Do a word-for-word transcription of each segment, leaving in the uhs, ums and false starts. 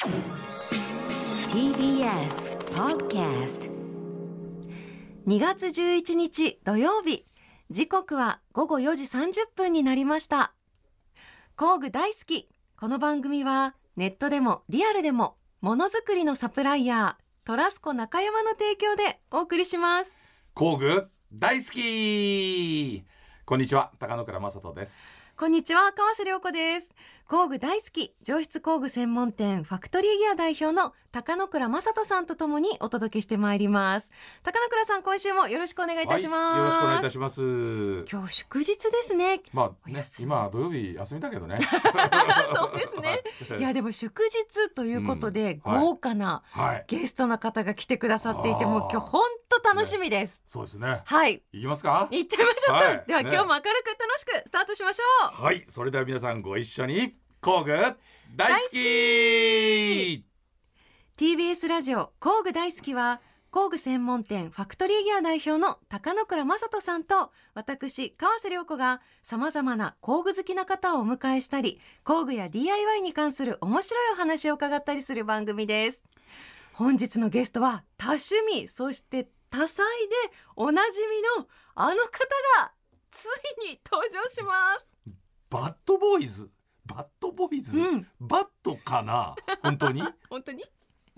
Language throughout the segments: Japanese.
ティービーエス Podcast にがつじゅういちにち土曜日、時刻はごごよじさんじゅっぷんになりました。工具大好き。この番組はネットでもリアルでもものづくりのサプライヤートラスコ中山の提供でお送りします。 工具大好き。こんにちは、高野倉正人です。 こんにちは、川瀬良子です。工具大好き上質工具専門店ファクトリーギア代表の高野倉正人さんとともにお届けしてまいります。高野倉さん、今週もよろしくお願いいたします。 はい、よろしくお願いいたします。 今日祝日ですね。 まあね、今土曜日休みだけどねそうですね。いやでも祝日ということで、うん、豪華なゲストの方が来てくださっていて、はい、もう今日本当楽しみです、 ね、そうですね。 はい、 行きますか。 行っちゃいましょう、はい、では、ね、今日も明るく楽しくスタートしましょう。 はい、それでは皆さんご一緒に工具大好き。 ティービーエス ラジオ工具大好きは工具専門店ファクトリーギア代表の高野倉正人さんと私川瀬良子が様々な工具好きな方をお迎えしたり、工具や ディーアイワイ に関する面白いお話を伺ったりする番組です。本日のゲストは多趣味そして多彩でおなじみのあの方がついに登場します。 バッドボーイズバッドボーイズ、うん、バッドかな本当に本当に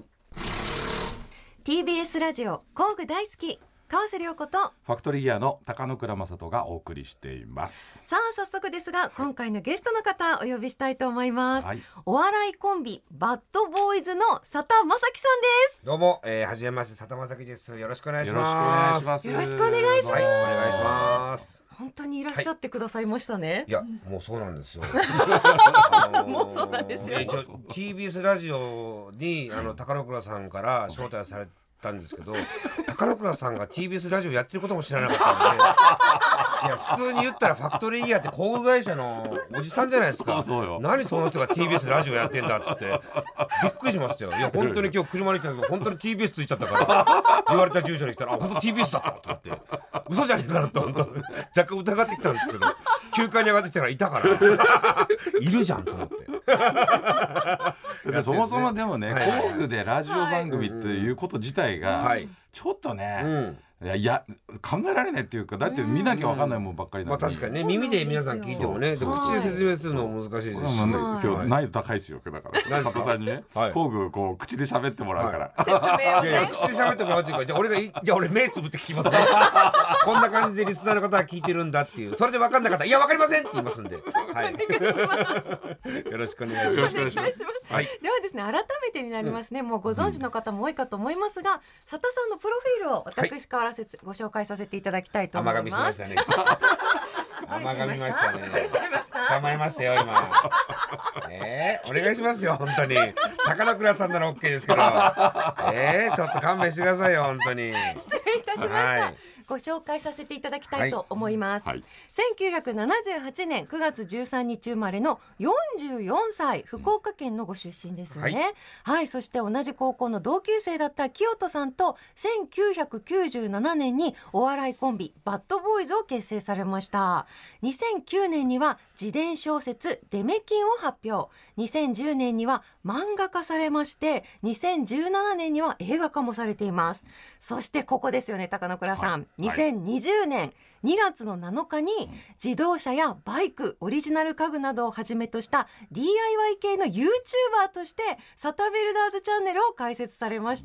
ティービーエス ラジオ工具大好き川瀬良子とファクトリーギアの高野倉正人がお送りしています。 さあ早速ですが、今回のゲストの方お呼びしたいと思います、はい、お笑いコンビバッドボーイズの佐田正樹さんです。 どうも、えー、はじめまして佐田正樹です。よろしくお願いします。 よろしくお願いします。 よろしくお願いします。 本当にいらっしゃってくださいましたね、はい、 いやもうそうなんですよあのー、もうそうなんですよ、 えー、ティービーエス ラジオにあの高野倉さんから招待されたんですけど、高野倉さんが ティービーエス ラジオやってることも知らなかったんでいや普通に言ったらファクトリーギアって工具会社のおじさんじゃないですか。 そうそうよ。 何その人が ティービーエス ラジオやってんだっつってびっくりしましたよ。いや本当に今日車に来たんですけど本当に ティービーエス ついちゃったから言われた住所に来たらあ本当 ティービーエス だったと思って嘘じゃねえかなと本当若干疑ってきたんですけどきゅうかいに上がってきたらいたからいるじゃんと思ってでそもそもでもね、はいはいはい、工具でラジオ番組っていうこと自体が、はい、ちょっとね、うんいや、いや考えられないっていうか、だって見なきゃ分かんないもんばっかりなんで、 まあ確かにね耳で皆さん聞いてもねで口で説明するのも難しいですし、 今日難易度高いですよだから佐藤さんにね、はい、工具こう口で喋ってもらうから、 はい、 いやいや口で喋ってもらうっていうかじゃあ俺がじゃあ俺目つぶって聞きますねこんな感じでリスナーの方は聞いてるんだっていう、それで分かんなかったらいや分かりませんって言いますんで、はい、お願いしますよろしくお願いします。 お願いします、はい、ではですね改めてになりますね、うん、もうご存知の方も多いかと思いますが、佐田さんのプロフィールを私からせつ、はい、ご紹介させていただきたいと思います。 甘噛みしましたね甘噛みましたね捕まえましたよ今えー、お願いしますよ本当に高野倉さんなら OK ですけどえー、ちょっと勘弁してくださいよ本当に失礼いたしました、はい、ご紹介させていただきたいと思います、はいはい、せんきゅうひゃくななじゅうはちねんくがつじゅうさんにち生まれのよんじゅうよんさい、福岡県のご出身ですよね、はいはい、そして同じ高校の同級生だった清人さんとせんきゅうひゃくきゅうじゅうななねんにお笑いコンビバッドボーイズを結成されました。にせんきゅうねんには自伝小説デメキンを発表、にせんじゅうねんには漫画化されまして、にせんじゅうななねんには映画化もされています。そしてここですよね高野倉さん、はい、にせんにじゅうねんにがつのなのかに自動車やバイク、オリジナル家具などをはじめとした ディーアイワイ 系の YouTuber としてサタビルダーズチャンネルを開設されました。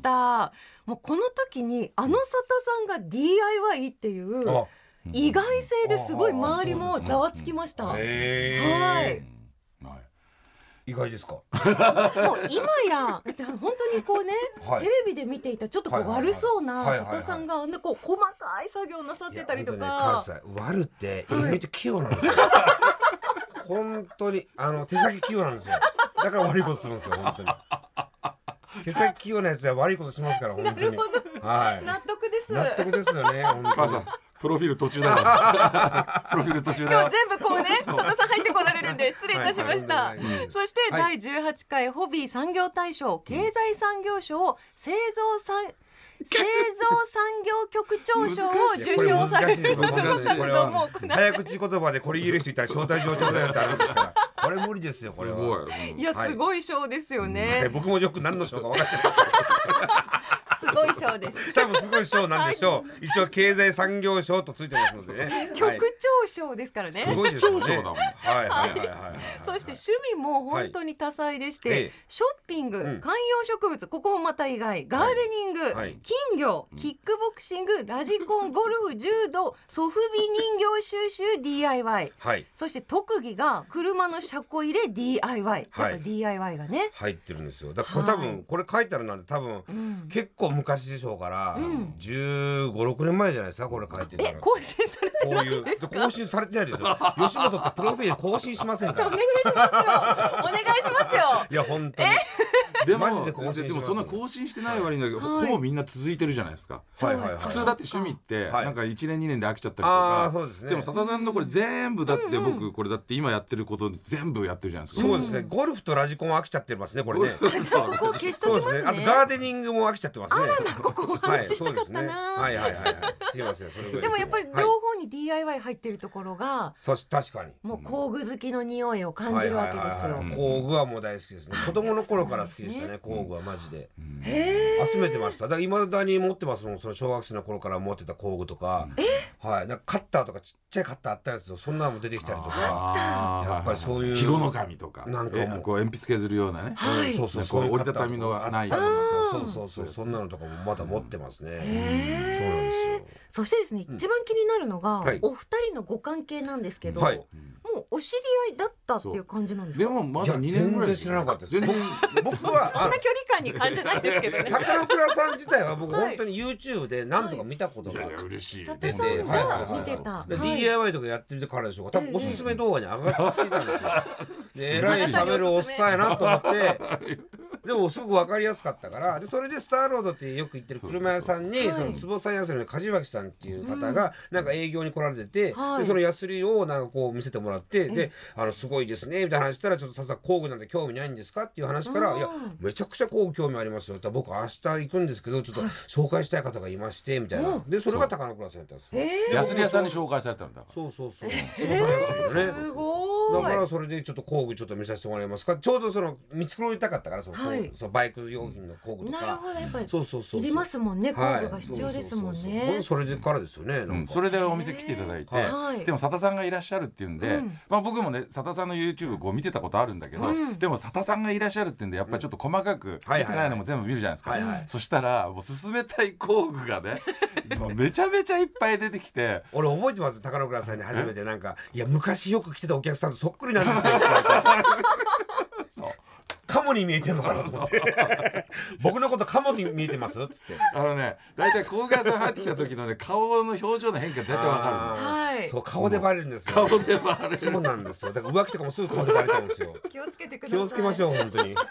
もうこの時にあの佐田さんが ディーアイワイ っていう意外性ですごい周りもざわつきました。はい、 意外ですかもう今や本当にこうね、はい、テレビで見ていたちょっとこう悪そうな佐田さんがこう細かい作業なさってたりとか、 関西悪って意外と器用なんですよ、はい、本当にあの手先器用なんですよ。だから悪いことするんですよ本当に手先器用なやつは悪いことしますから本当に。なるほど、はい、納得です。 納得ですよね本当に。 プロフィール途中だからプロフィール途中だ今日全部こうね佐田さん入ってこられるんで失礼いたしました、はいはい、そして、はい、だいじゅうはちかいホビー産業大賞経済産業賞を製造産製造産業局長賞を受賞されてるんですけども、 早口言葉でこれ言える人いたら招待状ちょうだいってあるんですから、これ無理ですよこれは。 いやすごい賞ですよね。 僕もよく何の賞か分かってないすごい賞です。 多分すごい賞なんでしょう。一応経済産業省とついてますのでね。 局長賞ですからね。 すごいですよね。 局長賞だもん。はいはいはいはい。 そして趣味も本当に多彩でして、ショッピング、観葉植物、ここもまた意外、ガーデニング、金魚、キックボクシング、ラジコン、ゴルフ、柔道、ソフビ人形収集 ディーアイワイ、そして特技が車の車庫入れ ディーアイワイ、やっぱ ディーアイワイ がね入ってるんですよ。だからこれ多分これ書いてあるなんて多分結構昔でしょうから、じゅうご、ろくねんまえじゃないですかこれ書いてたら。 え、更新されてるんですか？ こういう更新されてないですよ。吉本ってプロフィール更新しませんから。 お願いしますよ。お願いしますよ。 いや本当に。 でもマジで更新でもそんな更新してない割にほぼみんな続いてるじゃないですか。普通だって趣味ってなんかいちねんにねんで飽きちゃったりとか。でも佐田さんのこれ全部だって僕これだって今やってること全部やってるじゃないですか。 そうですね。ゴルフとラジコン飽きちゃってますねこれね。 じゃあここ消しときますね。 あとガーデニングも飽きちゃってますね。 あらここお話ししたかったな。 はいはいはいはい。すいませんそれぐらい。 でもやっぱり両方に ディーアイワイ 入ってるところが、 確かにもう工具好きの匂いを感じるわけですよ。 工具はもう大好きですね。子供の頃から好きでしたね工具はマジで。集めてました。だから未だに持ってますもん。その小学生の頃から持ってた工具とか、はい、なんかカッターとかちっちゃいカッターあったんですよ。そんなのも出てきたりとか、やっぱりそういう肥後の紙とか、 なんかもうこう鉛筆削るようなね、 そうそうそう折りたたみのがない、 そうそうそうそんなのとかもまだ持ってますね。そうなんですよ。 そしてですね、一番気になるのがお二人のご関係なんですけど、もうお知り合いだったっていう感じなんですか？ でもまだにねんぐらい知らなかったです。僕はそんな距離感に感じないですけどね。 高野倉さん自体は僕本当に YouTube で何とか見たことがある。 嬉しい。 佐田さんが見てた。 ディーアイワイ とかやってるからでしょうか。多分おすすめ動画に上がってきたんですよ。でえらい喋るおっさんやなと思って。でもすごく分かりやすかったから、でそれでスターロードってよく言ってる車屋さんにその坪さんやすりの梶脇さんっていう方がなんか営業に来られてて、でそのやすりをなんかこう見せてもらって、であのすごいですねみたいな話したら、ちょっとささ工具なんて興味ないんですかっていう話から、いやめちゃくちゃ工具興味ありますよって、僕明日行くんですけどちょっと紹介したい方がいましてみたいな。でそれが高野倉さんやったんですよ。 やすり屋さんに紹介されたんだ。 そうそうそう。 すごい。 だからそれでちょっと工具ちょっと見させてもらえますか。ちょうどその見繕いたかったからそのそのバイク用品の工具とか。 なるほど、やっぱりそうそうそう。 いりますもんね、工具が必要ですもんね。 それでからですよね。 それでお店来ていただいて、でも佐田さんがいらっしゃるっていうんで、まあ僕もね佐田さんの YouTube こう見てたことあるんだけど、でも佐田さんがいらっしゃるっていうんでやっぱりちょっと細かく見てないのも全部見るじゃないですか。そしたらもう勧めたい工具がねめちゃめちゃいっぱい出てきて、 俺覚えてます。高野倉さんに初めてなんかいや昔よく来てたお客さんとそっくりなんですよそうカモに見えてんのかなと思って僕のことカモに見えてますっつってあのね大体工具屋さん入ってきた時のね顔の表情の変化大体わかるの。 はい、 そう顔でバレるんですよ。 顔でバレる。 そうなんですよ。だから浮気とかもすぐ顔でバレちゃうんですよ。 気をつけてください。 気をつけましょう本当に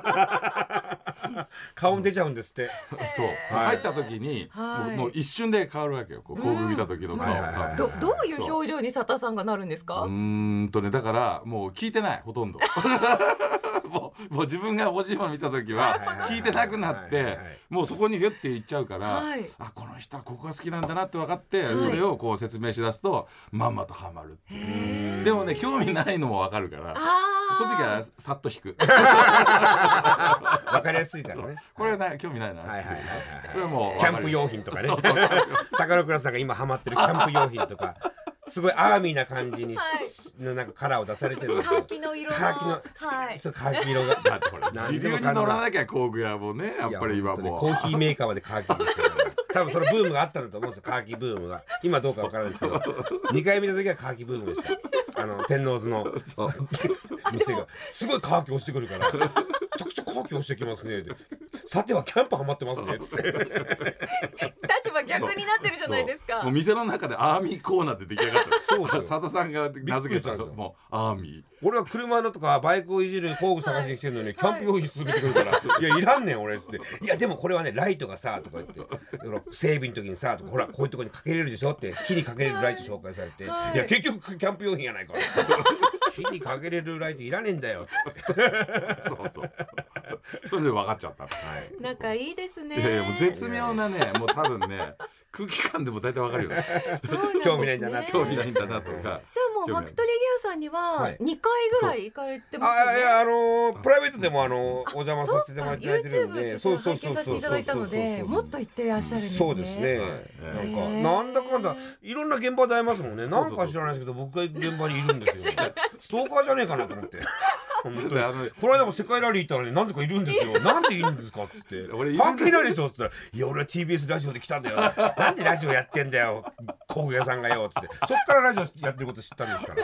顔に出ちゃうんですって。 そう入った時にもう一瞬で変わるわけよ。工具見た時の顔。 どどういう表情に佐田さんがなるんですか？ うーんとねだからもう聞いてないほとんどもうもう自分が欲しいもの見た時は聞いてなくなってもうそこにヒュッていっちゃうから、あこの人はここが好きなんだなって分かってそれをこう説明しだすとまんまとハマるっていう。でもね興味ないのも分かるからその時はさっと引く分かりやすいからね。 これはね興味ないな。 はいはいはいはい。 それはもうキャンプ用品とかね。高野倉さんが今ハマってるキャンプ用品とかすごいアーミーな感じにのなんかカラーを出されてるんですよ。 カーキの色のカーキのはいそうカーキ色がだってほら自流に乗らなきゃ工具屋もねやっぱり今もうコーヒーメーカーまでカーキですよね。多分そのブームがあったんだと思うんですよ。カーキブームが今どうかわからないですけどにかい見た時はカーキブームでした。あの天王洲の店がすごいカーキ押してくるからめちゃくちゃカーキ押してきますねってさてはキャンプハマってますねっつって立場逆になってるじゃないですか。 もう店の中でアーミーコーナーで出来上がったそう佐田さんが名付けたもうアーミー。 俺は車のとかバイクをいじる工具探しに来てるのにキャンプ用品進めてくるからいやいらんねん俺っつっていやでもこれはねライトがさとか言って整備の時にさとかほらこういうとこにかけれるでしょって火にかけれるライト紹介されていや結局キャンプ用品やないか火にかけれるライトいらねえんだよっつってそうそうそれで分かっちゃった、はい、 仲いいですね。 いやいやもう絶妙なねもう多分ね空気感でも大体わかるよね。 興味ないんだな興味ないんだなとか。じゃあもうファクトリーギアさんにはにかいぐらい行かれてますよね。 あいやあのプライベートでもあのお邪魔させてもらっていただいてるんで、 そうそうそうそうそうそうそうそうもっと行ってらっしゃるんですね。 そうですね。なんかなんだかんだいろんな現場で会えますもんね。なんか知らないですけど僕が現場にいるんですよ。ストーカーじゃねえかなと思って。本当にあのこの間も世界ラリー行ったらね何とかいるんですよ。なんでいるんですかって言って俺関係ないでしょって言ったらいや俺は ティービーエス ラジオで来たんだよ。なんでラジオやってんだよ工具屋さんがよっつってそっからラジオやってること知ったんですから。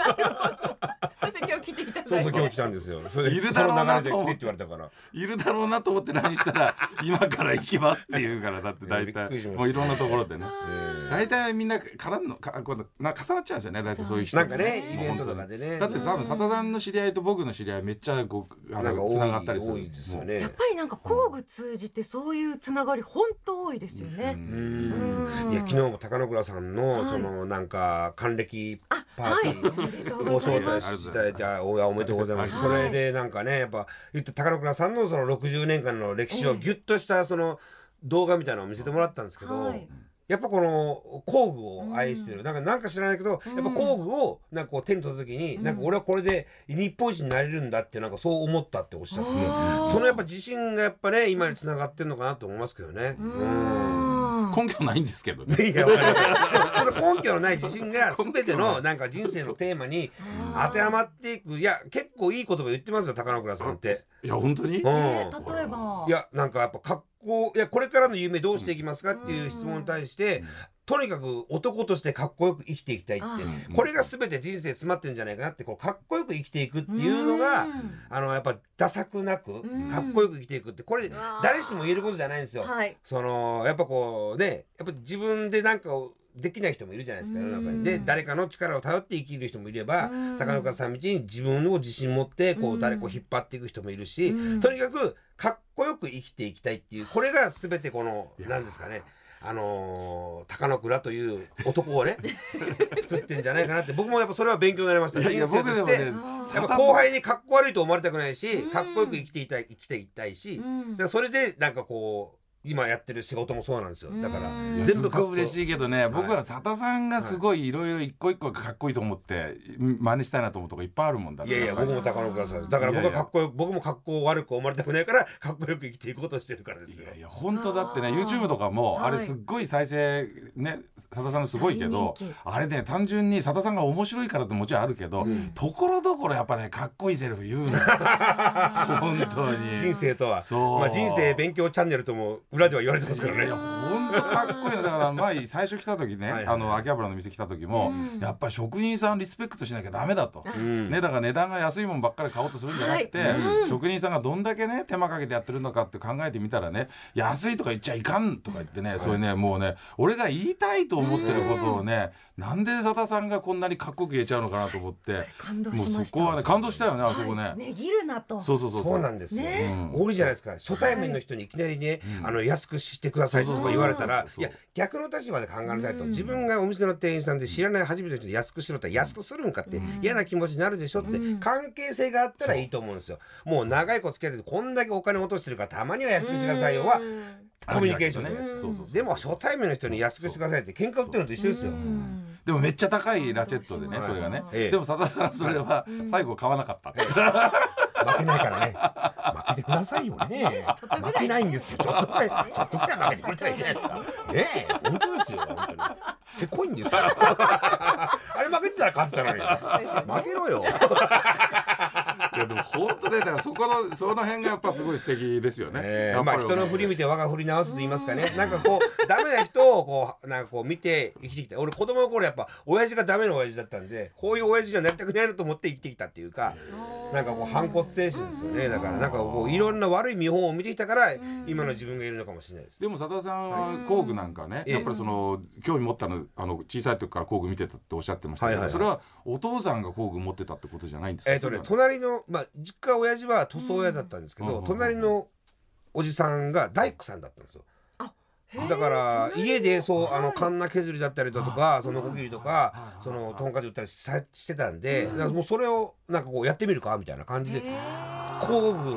そして今日来ていただいてそうそう今日来たんですよ。それでいるだろうなと思って言われたからいるだろうなと思って何したら今から行きますって言うからだって大体もういろんなところでね大体みんな絡んのかこうな重なっちゃうんですよね大体そういう人なんかねイベントとかでねだって多分佐田さんの知り合いと僕の知り合いめっちゃこうあのつながったりするんですよね。 やっぱりなんか工具通じてそういうつながり本当多いですよね。 うんいや昨日も高野倉さんのそのなんか還暦パーティーご招待していただいておめでとうございます。それでなんかねやっぱ言って高野倉さんのそのろくじゅうねんかんの歴史をギュッとしたその動画みたいなのを見せてもらったんですけどやっぱこの工具を愛してる、うん、なんかなんか知らないけど、うん、やっぱ工具をなんかこう手に取った時に、うん、なんか俺はこれで日本一になれるんだってなんかそう思ったっておっしゃってて、そのやっぱ自信がやっぱね今につながってるのかなと思いますけどね。うんうん根拠ないんですけどね。 いや分かるその根拠のない自信が全てのなんか人生のテーマに当てはまっていく。いや結構いい言葉言ってますよ高野倉さんって。 いや本当に、 うんえー、例えばいやなんかやっぱ格好いやこれからの夢どうしていきますかっていう質問に対して、うんとにかく男としてかっこよく生きていきたいってこれが全て人生詰まってるんじゃないかなってこうかっこよく生きていくっていうのがあのやっぱダサくなくかっこよく生きていくってこれ誰しも言えることじゃないんですよ。そのやっぱこうねやっぱ自分でなんかできない人もいるじゃないですか世の中に。で誰かの力を頼って生きる人もいれば高野倉さんみたいに自分を自信持ってこう誰かを引っ張っていく人もいるしとにかくかっこよく生きていきたいっていうこれが全てこの何ですかねあのー、高野倉という男をね作ってんじゃないかなって僕もやっぱそれは勉強になりました。人生としてやっぱ後輩にかっこ悪いと思われたくないしかっこよく生きていたい生きていきたいし、だからそれでなんかこう今やってる仕事もそうなんですよ。だから全部すごい嬉しいけどね、はい、僕は佐田さんがすごいいろいろ一個一個かっこいいと思って真似したいなと思うとこいっぱいあるもんだ。 いやいや僕も高野倉さんです。だから僕はかっこよく僕もかっこ悪く思われたくないからかっこよく生きていこうとしてるからですよ。 いやいや本当だってね YouTube とかもあれすっごい再生ね佐田さんのすごいけどあれね単純に佐田さんが面白いからってもちろんあるけど、うん、ところどころやっぱねかっこいいセリフ言うの本当に人生とはそう、まあ、人生勉強チャンネルとも裏では言われてますからね。 いや本当かっこいい。だから前最初来た時ねはい、はい、あの秋葉原の店来た時も、うん、やっぱり職人さんリスペクトしなきゃダメだと、うん、ねだから値段が安いもんばっかり買おうとするんじゃなくて、はいうん、職人さんがどんだけね手間かけてやってるのかって考えてみたらね安いとか言っちゃいかんとか言ってね、はい、それねもうね俺が言いたいと思ってることをね、うん、なんで佐田さんがこんなにかっこよく言えちゃうのかなと思って感動しました。 もうそこはね感動したよね、はい、あそこね値切るなと。 そうそうそうそうなんですよ、ねうん、多いじゃないですか初対面の人にいきなりね、はい、あの安くしてくださいとか言われたらいや逆の立場で考えなさいと、うん、自分がお店の店員さんで知らない初めての人で安くしろって安くするんかって、うん、嫌な気持ちになるでしょって、うん、関係性があったらいいと思うんですよ。もう長い子付き合っててこんだけお金落としてるからたまには安くしてくださいよは、うん、コミュニケーションじゃないですか。そうそうそうそう。でも初対面の人に安くしてくださいって喧嘩売ってるのと一緒ですよ。 でもめっちゃ高いラチェットでねそれがね、ええ、でも佐田さんそれは最後買わなかった、ええ負けないからね負けてくださいよね負けないんですよ。ちょっとぐらいちょっとぐらい負けてくれたらいいじゃないですかねえ本当ですよ本当にせこいんですよあれ負けてたら勝ってたのに負けろよいやでも本当でだからそこのその辺がやっぱすごい素敵ですよね、 えー、まあ人の振り見て我が振り直すと言いますかねなんかこうダメな人をこうなんかこう見て生きてきた。俺子供の頃やっぱ親父がダメな親父だったんでこういう親父じゃなりたくないなと思って生きてきたっていうかなんかこう反骨精神ですよね。だからなんかこういろんな悪い見本を見てきたから今の自分がいるのかもしれないです。 でも佐田さんは工具なんかね、はい、やっぱりその興味持ったのあの小さい時から工具見てたっておっしゃってましたけど、はいはいはい、それはお父さんが工具持ってたってことじゃないんですか。 えーとね、隣の、まあ、実家親父は塗装屋だったんですけど、うん、隣のおじさんが大工さんだったんですよ。だから家でそうあのカンナ削りだったりだとかそのこぎりとかそのトンカチ打ったりしてたんでだからもうそれをなんかこうやってみるかみたいな感じで工具を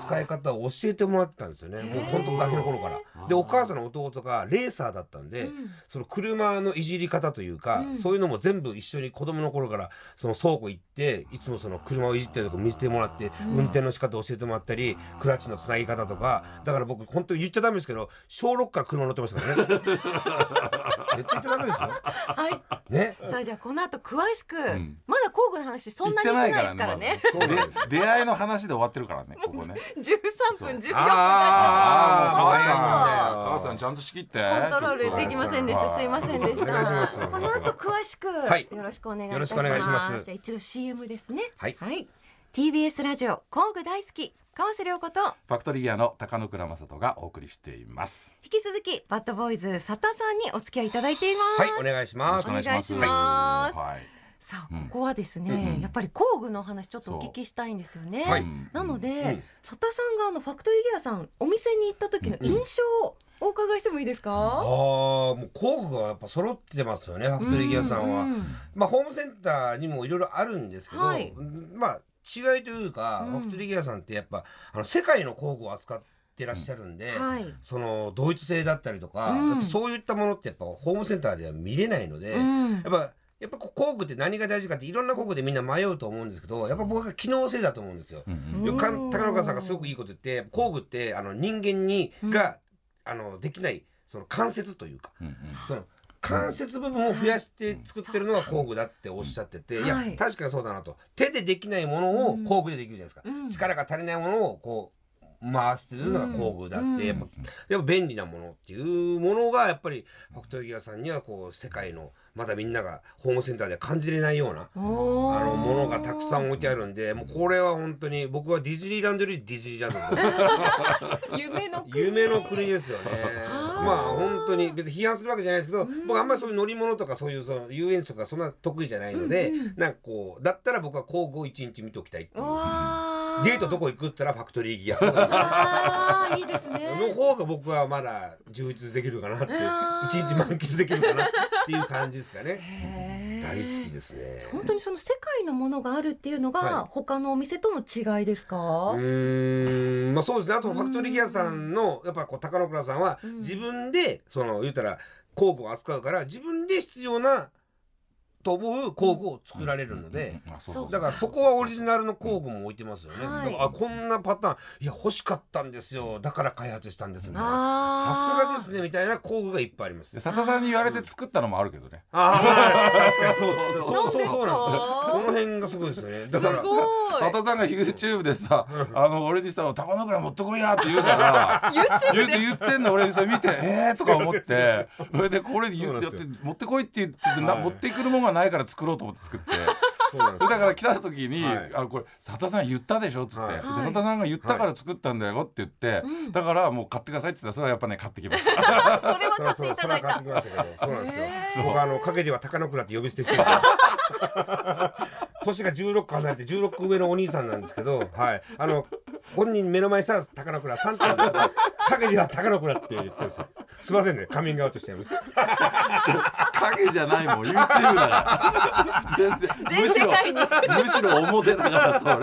使い方を教えてもらってたんですよね。もう本当ガキの頃から。でお母さんの弟がレーサーだったんで、うん、その車のいじり方というか、うん、そういうのも全部一緒に子供の頃からその倉庫行っていつもその車をいじってるとこ見せてもらって、うん、運転の仕方を教えてもらったりクラッチのつなぎ方とか。だから僕本当に言っちゃダメですけど小ろくから車乗ってましたからね。絶対言っちゃダメですよ。 はいね。さあじゃあこの後詳しく、うん、まだ工具の話そんなにしてないですからね。 出会いの話で終わってるからねここね。 じゅうさんぷんじゅうよんぷん経っちゃう。 母さんちゃんと仕切って。 コントロールできませんでした。すいませんでした。この後詳しくよろしくお願いいたします。じゃあ一度 シーエム ですね。 はい。 はい。ティービーエス ラジオ工具大好き川瀬良子とファクトリーギアの高野倉正人がお送りしています。 引き続きバッドボーイズ佐田さんにお付き合いいただいています。 はいお願いします。 お願いします。はい。さあここはですね、うん、やっぱり工具の話ちょっとお聞きしたいんですよね。はい、なので、うん、佐田さんがあのファクトリーギアさんお店に行った時の印象をお伺いしてもいいですか？うん、ああもう工具がやっぱ揃ってますよねファクトリーギアさんは。うん、まあホームセンターにもいろいろあるんですけど、はい、まあ違いというか、うん、ファクトリーギアさんってやっぱあの世界の工具を扱ってらっしゃるんで、うんはい、その同一性だったりとか、うん、やっぱそういったものってやっぱホームセンターでは見れないので、うん、やっぱやっぱ工具って何が大事かっていろんな工具でみんな迷うと思うんですけどやっぱ僕は機能性だと思うんですよ。うん、よく高野川さんがすごくいいこと言って工具ってあの人間にが、うん、あのできないその関節というか、うん、その関節部分を増やして作ってるのが工具だっておっしゃってて、いや確かにそうだなと。手でできないものを工具でできるじゃないですか、うん、力が足りないものをこう回してるのが工具だって、やっぱやっぱ便利なものっていうものがやっぱりファクトリーギアさんにはこう世界のまだみんながホームセンターでは感じれないようなあのものがたくさん置いてあるんで、もうこれは本当に僕はディズニーランドよりディズニーランド夢の国夢の国ですよね。まあ本当に別に批判するわけじゃないですけど、僕あんまりそういう乗り物とかそういうその遊園地とかそんな得意じゃないので、うんうん、なんかこうだったら僕は工具を一日見ておきたいっていう。デートどこ行くって言ったらファクトリーギアあいいですねの方が僕はまだ充実できるかなって一日満喫できるかなっていう感じですかね。大好きですね。 本当にその世界のものがあるっていうのが、はい、他のお店との違いですか？ うーんまあそうですね。あとファクトリーギアさんのやっぱこう高野倉さんは自分でその言ったら工具を扱うから自分で必要なと思う工具を作られるので、だからそこはオリジナルの工具も置いてますよね。はい、あこんなパターンいや欲しかったんですよだから開発したんですみたいなさすがですねみたいな工具がいっぱいあります。 佐田さんに言われて作ったのもあるけどね。 ああ確かにそうそうそうそうなんですよ。その辺がすごいですね。だから佐田さんが YouTube でさあの俺にさ高野倉持ってこいやって言うから言って言ってんの俺にそれ見てえーとか思ってそれでこれ言って持ってこいって言って持ってくるもんがないから作ろうと思って作ってだから来た時に、はい、あこれ佐田さん言ったでしょっつって、はい、で佐田さんが言ったから作ったんだよって言って、はい、だからもう買ってくださいって言ったらそれはやっぱね買ってきました。 それは買っていただいた。 それは買ってきましたけどそうなんですよ。僕あの陰では高野倉って呼び捨てしてる年がじゅうろっこ離れてじゅうろっこ上のお兄さんなんですけど、はい、あの本人目の前したら高野倉さんって陰では高野倉って言ってるんですよ。すいませんねカミングアウトしちゃいました。 影じゃないもん YouTube だから全然全世界にむしろ表だからそれ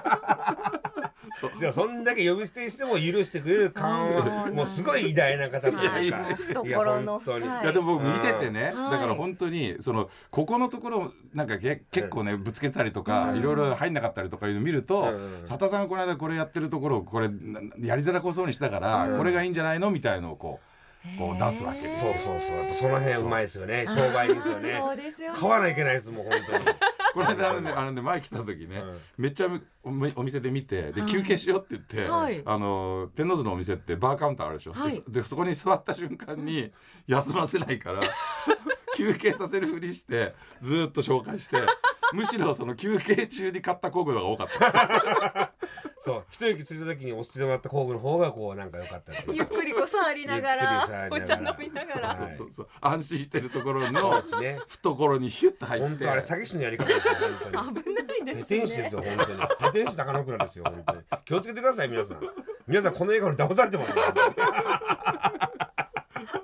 そうでもそんだけ呼び捨てしても許してくれる感はもうすごい偉大な方というか懐の深い。 いやでも僕見ててね、うん、だから本当にそのここのところなんかけ結構ねぶつけたりとか、うん、いろいろ入んなかったりとかいうの見ると、うん、佐田さんがこの間これやってるところをこれやりづらこそうにしたから、うん、これがいいんじゃないのみたいのをこうこう出すわけですよ。 そうそうそうやっぱその辺うまいですよね。商売ですよね。 そうですよね。 買わなきゃいけないですもん本当に。 これであのねあのね前来た時ね、うん、めっちゃ お, お店で見てで休憩しようって言って、はい、あの天王洲のお店ってバーカウンターあるでしょ、はい、で, でそこに座った瞬間に休ませないから休憩させるふりしてずっと紹介してむしろその休憩中に買った工具の方が多かったそう一息ついた時に押してもらった工具の方がこうなんか良かったっていうゆっくりこう触りながらお茶飲みながらそうそうそう安心してるところの懐にヒュッと入って本当あれ詐欺師のやり方ですよ本当に危ないですね。 ペテン師ですよ本当にペテン師高野倉ですよ本当に気をつけてください皆さん皆さんこの映画に騙されてますよ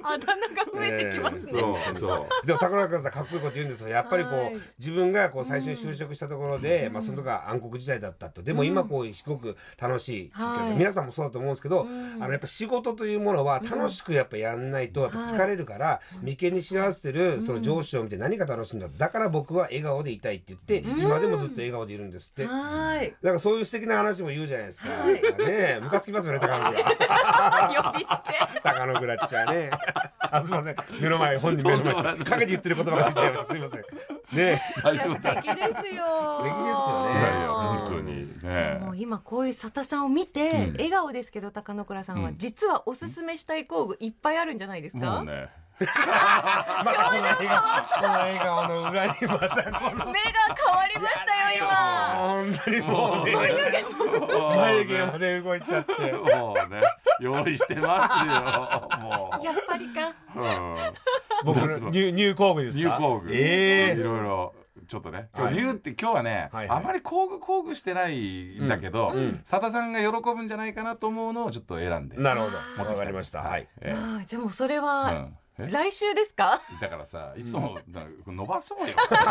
あだ名が増えてきますね、えー、 そうそうでも高中さんかっこいいこと言うんですよ。やっぱりこう自分がこう最初に就職したところで、うん、まあその時は暗黒時代だったと。でも今こうすごく楽しい、うん、皆さんもそうだと思うんですけど、うん、あのやっぱ仕事というものは楽しくやっぱやんないとやっぱ疲れるから、うん、眉間にし合わせてるその上司を見て何が楽しいんだ、だから僕は笑顔でいたいって言って、うん、今でもずっと笑顔でいるんですって。はい、だからそういう素敵な話も言うじゃないですか、はい、ねムカつきますよね高野倉呼び捨て高野倉っちゃねあすいません目の前本人目の前陰で言ってる言葉が出ちゃいましたすいませんね大丈夫だ素敵ですよ素敵ですよね。いやいや本当に、ね、 じゃあもう今こういう佐田さんを見て、うん、笑顔ですけど高野倉さんは、うん、実はおすすめしたい工具いっぱいあるんじゃないですか。 もうねまたこの笑顔、この笑顔の裏にまたこの目が変わりましたよ今。 本当にもうね眉毛まで動いちゃってもうね用意してますよもうやっぱりか、 うん、 僕のニュー、ニュー工具ですか。 ニュー工具、えー、いろいろちょっとね今日ニューって今日はね、はいはい、あまり工具工具してないんだけど、うんうん、佐田さんが喜ぶんじゃないかなと思うのをちょっと選んで。 なるほどわかりました、はい、 えー、あじゃあもうそれは、うん来週ですか。 だからさいつも伸ばそうよ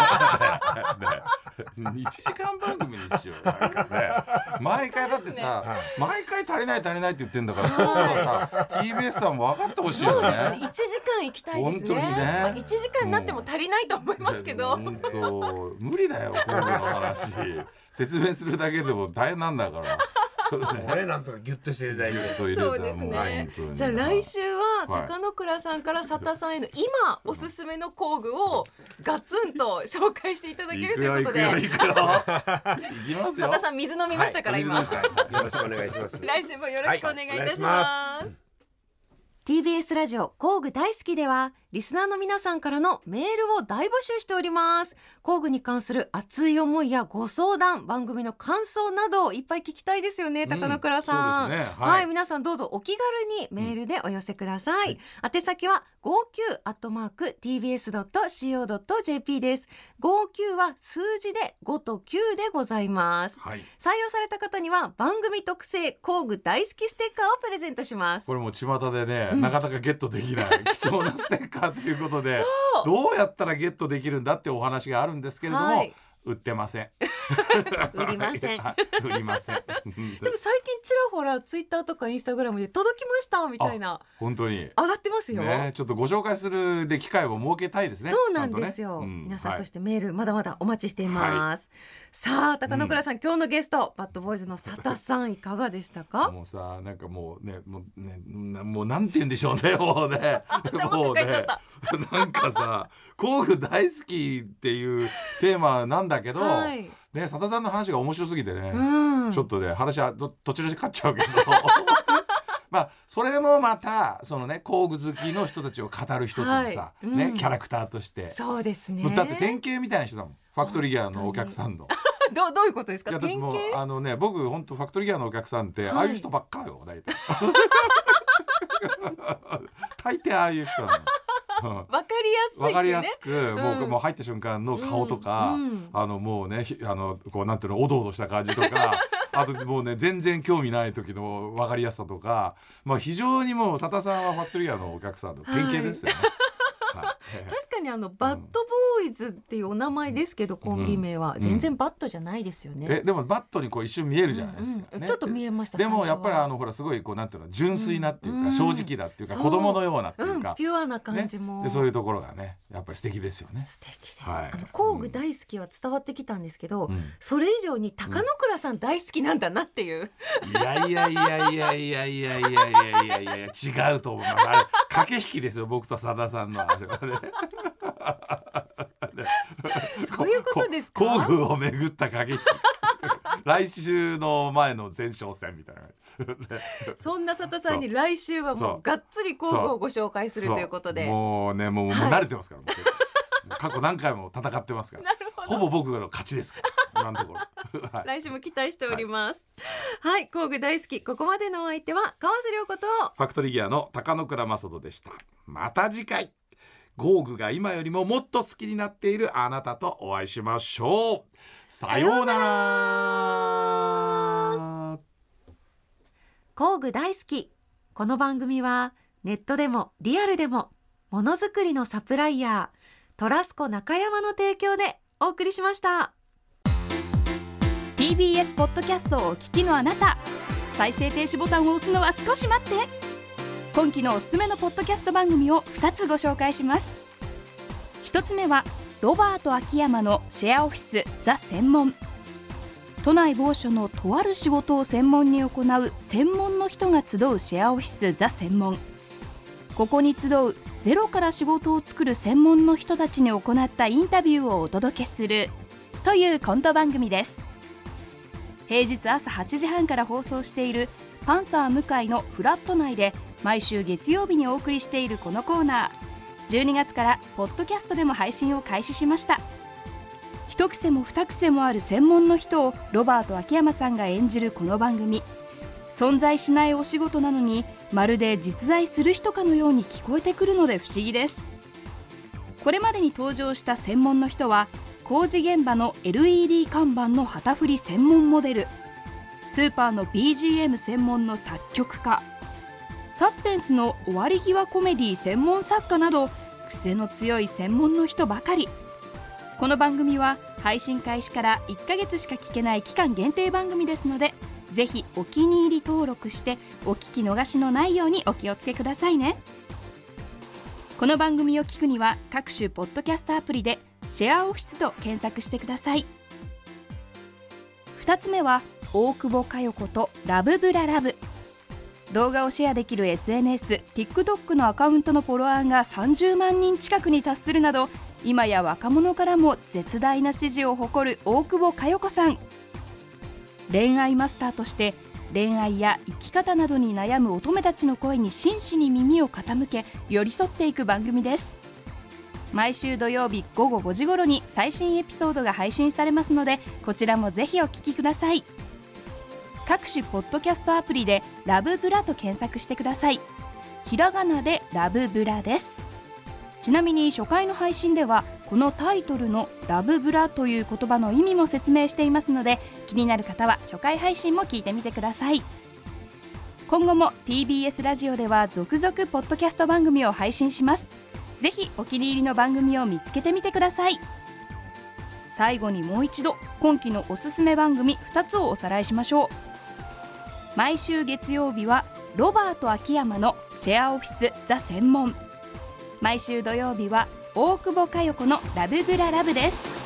いちじかん番組にしようなんか、ね、毎回だってさ、ね、毎回足りない足りないって言ってんだからそろそろさ ティービーエス さんも分かってほしいよね。 そうですねいちじかん行きたいですね。本当にね、まあ、いちじかんになっても足りないと思いますけど本当無理だよ今度の話説明するだけでも大変なんだからこれなんとかギュッとしていただいてそうですね。じゃあ来週は高野倉さんから佐田さんへの今おすすめの工具をガツンと紹介していただけるということでいくよいくよいくよいきますよ。 佐田さん水飲みましたから、はい、今よろしくお願いします来週もよろしくお願いいたします、はい、ティービーエス ラジオ工具大好きではリスナーの皆さんからのメールを大募集しております。工具に関する熱い思いやご相談番組の感想などいっぱい聞きたいですよね、うん、高野倉さん、そうですね、はい、はい、皆さんどうぞお気軽にメールでお寄せください、うん、宛先は ごじゅうきゅう アットマーク ティービーエス ドット シーオー ドット ジェーピー です。ごじゅうきゅうは数字でごときゅうでございます、はい、採用された方には番組特製工具大好きステッカーをプレゼントします。 これも巷でね、うん、なかなかゲットできない貴重なステッカーということでどうやったらゲットできるんだってお話があるんですけれども、はい、売ってません売りません売りませんでも最近ちらほらツイッターとかインスタグラムで届きましたみたいな本当に上がってますよ、 ね、ちょっとご紹介するで機会を設けたいですね。 そうなんですよ、ねうん、皆さん、はい、そしてメールまだまだお待ちしています、はい、さあ高野倉さん、うん、今日のゲストバッドボーイズの佐田さんいかがでしたか。 もうさなんかもうねもうねもうなんて言うんでしょうねもうねもうねなんかさ工具大好きっていうテーマなんだけど、はいね、佐田さんの話が面白すぎてね、うん、ちょっとね話は途中で勝っちゃうけどまあそれもまたそのね工具好きの人たちを語る一つのさ、はいねうん、キャラクターとしてそうですね。 だって典型みたいな人だもんファクトリーギアのお客さんのど, どういうことですか。 いや典型あのね僕本当ファクトリーギアのお客さんって、はい、ああいう人ばっかよ大体大抵ああいう人なのわかりやすい、ね、 わかりやすく、うん、もう、もう入った瞬間の顔とか、うん、あのもうねあのこうなんていうのおどおどした感じとかあともうね全然興味ない時のわかりやすさとか、まあ、非常にもう佐田さんはファクトリーアのお客さんの典型ですよね、はいはい、確かにあのバッドボーイズっていうお名前ですけど、うん、コンビ名は全然バッドじゃないですよね、うん、 えでもバッドにこう一瞬見えるじゃないですか、ねうんうん、ちょっと見えました。 でもやっぱりあのほらすごいこうなんていうの純粋なっていうか、うん、正直だっていうか子供のようなっていうか、 うん、ピュアな感じも、 ね、でそういうところがねやっぱり素敵ですよね。 素敵です、はい、あの工具大好きは伝わってきたんですけど、うん、それ以上に高野倉さん大好きなんだなっていう、 うん、いやいやいやいやいやいやいやいやいやいやいや違うと思います。あれ駆け引きですよ僕と佐田さんのあれはねそういうことですか。 工具をめぐった駆け引き来週の前の前哨戦みたいなそんな佐田さんに来週はもうがっつり工具をご紹介するということでもうねもう、はい、もう慣れてますからもう過去何回も戦ってますからほぼ僕の勝ちですから今のところ、はい、 来週も期待しております。はい、はい、工具大好きここまでのお相手は川瀬良子とファクトリーギアの高野倉正人でした。また次回工具が今よりももっと好きになっているあなたとお会いしましょう。さようなら。 工具大好き。この番組はネットでもリアルでもものづくりのサプライヤートラスコ中山の提供でお送りしました。 ティービーエス ポッドキャストをお聞きのあなた、再生停止ボタンを押すのは少し待って。今期のおすすめのポッドキャスト番組をふたつご紹介します。ひとつめはロバート秋山のシェアオフィスザ専門。都内某所のとある仕事を専門に行う専門の人が集うシェアオフィスザ専門。ここに集うゼロから仕事を作る専門の人たちに行ったインタビューをお届けするというコント番組です。平日朝はちじはんから放送しているパンサー向井のフラット内で毎週月曜日にお送りしているこのコーナー、じゅうにがつからポッドキャストでも配信を開始しました。一癖も二癖もある専門の人をロバート秋山さんが演じるこの番組、存在しないお仕事なのにまるで実在する人かのように聞こえてくるので不思議です。これまでに登場した専門の人は工事現場の エルイーディー 看板の旗振り専門モデル、スーパーの ビージーエム 専門の作曲家、サスペンスの終わり際コメディ専門作家など癖の強い専門の人ばかり。この番組は配信開始からいっかげつしか聞けない期間限定番組ですので、ぜひお気に入り登録してお聞き逃しのないようにお気をつけくださいね。この番組を聞くには各種ポッドキャストアプリでシェアオフィスと検索してください。ふたつめは大久保佳代子とラブブララブ。動画をシェアできる エスエヌエス、TikTok のアカウントのフォロワーがさんじゅうまんにん近くに達するなど、今や若者からも絶大な支持を誇る大久保佳代子さん。恋愛マスターとして恋愛や生き方などに悩む乙女たちの声に真摯に耳を傾け寄り添っていく番組です。毎週土曜日ごごごじ頃に最新エピソードが配信されますので、こちらもぜひお聞きください。各種ポッドキャストアプリでラブブラと検索してください。ひらがなでラブブラです。ちなみに初回の配信ではこのタイトルのラブブラという言葉の意味も説明していますので、気になる方は初回配信も聞いてみてください。今後も ティービーエス ラジオでは続々ポッドキャスト番組を配信します。ぜひお気に入りの番組を見つけてみてください。最後にもう一度今期のおすすめ番組ふたつをおさらいしましょう。毎週月曜日はロバート秋山のシェアオフィスザ専門。毎週土曜日は大久保佳代子のラブブララブです。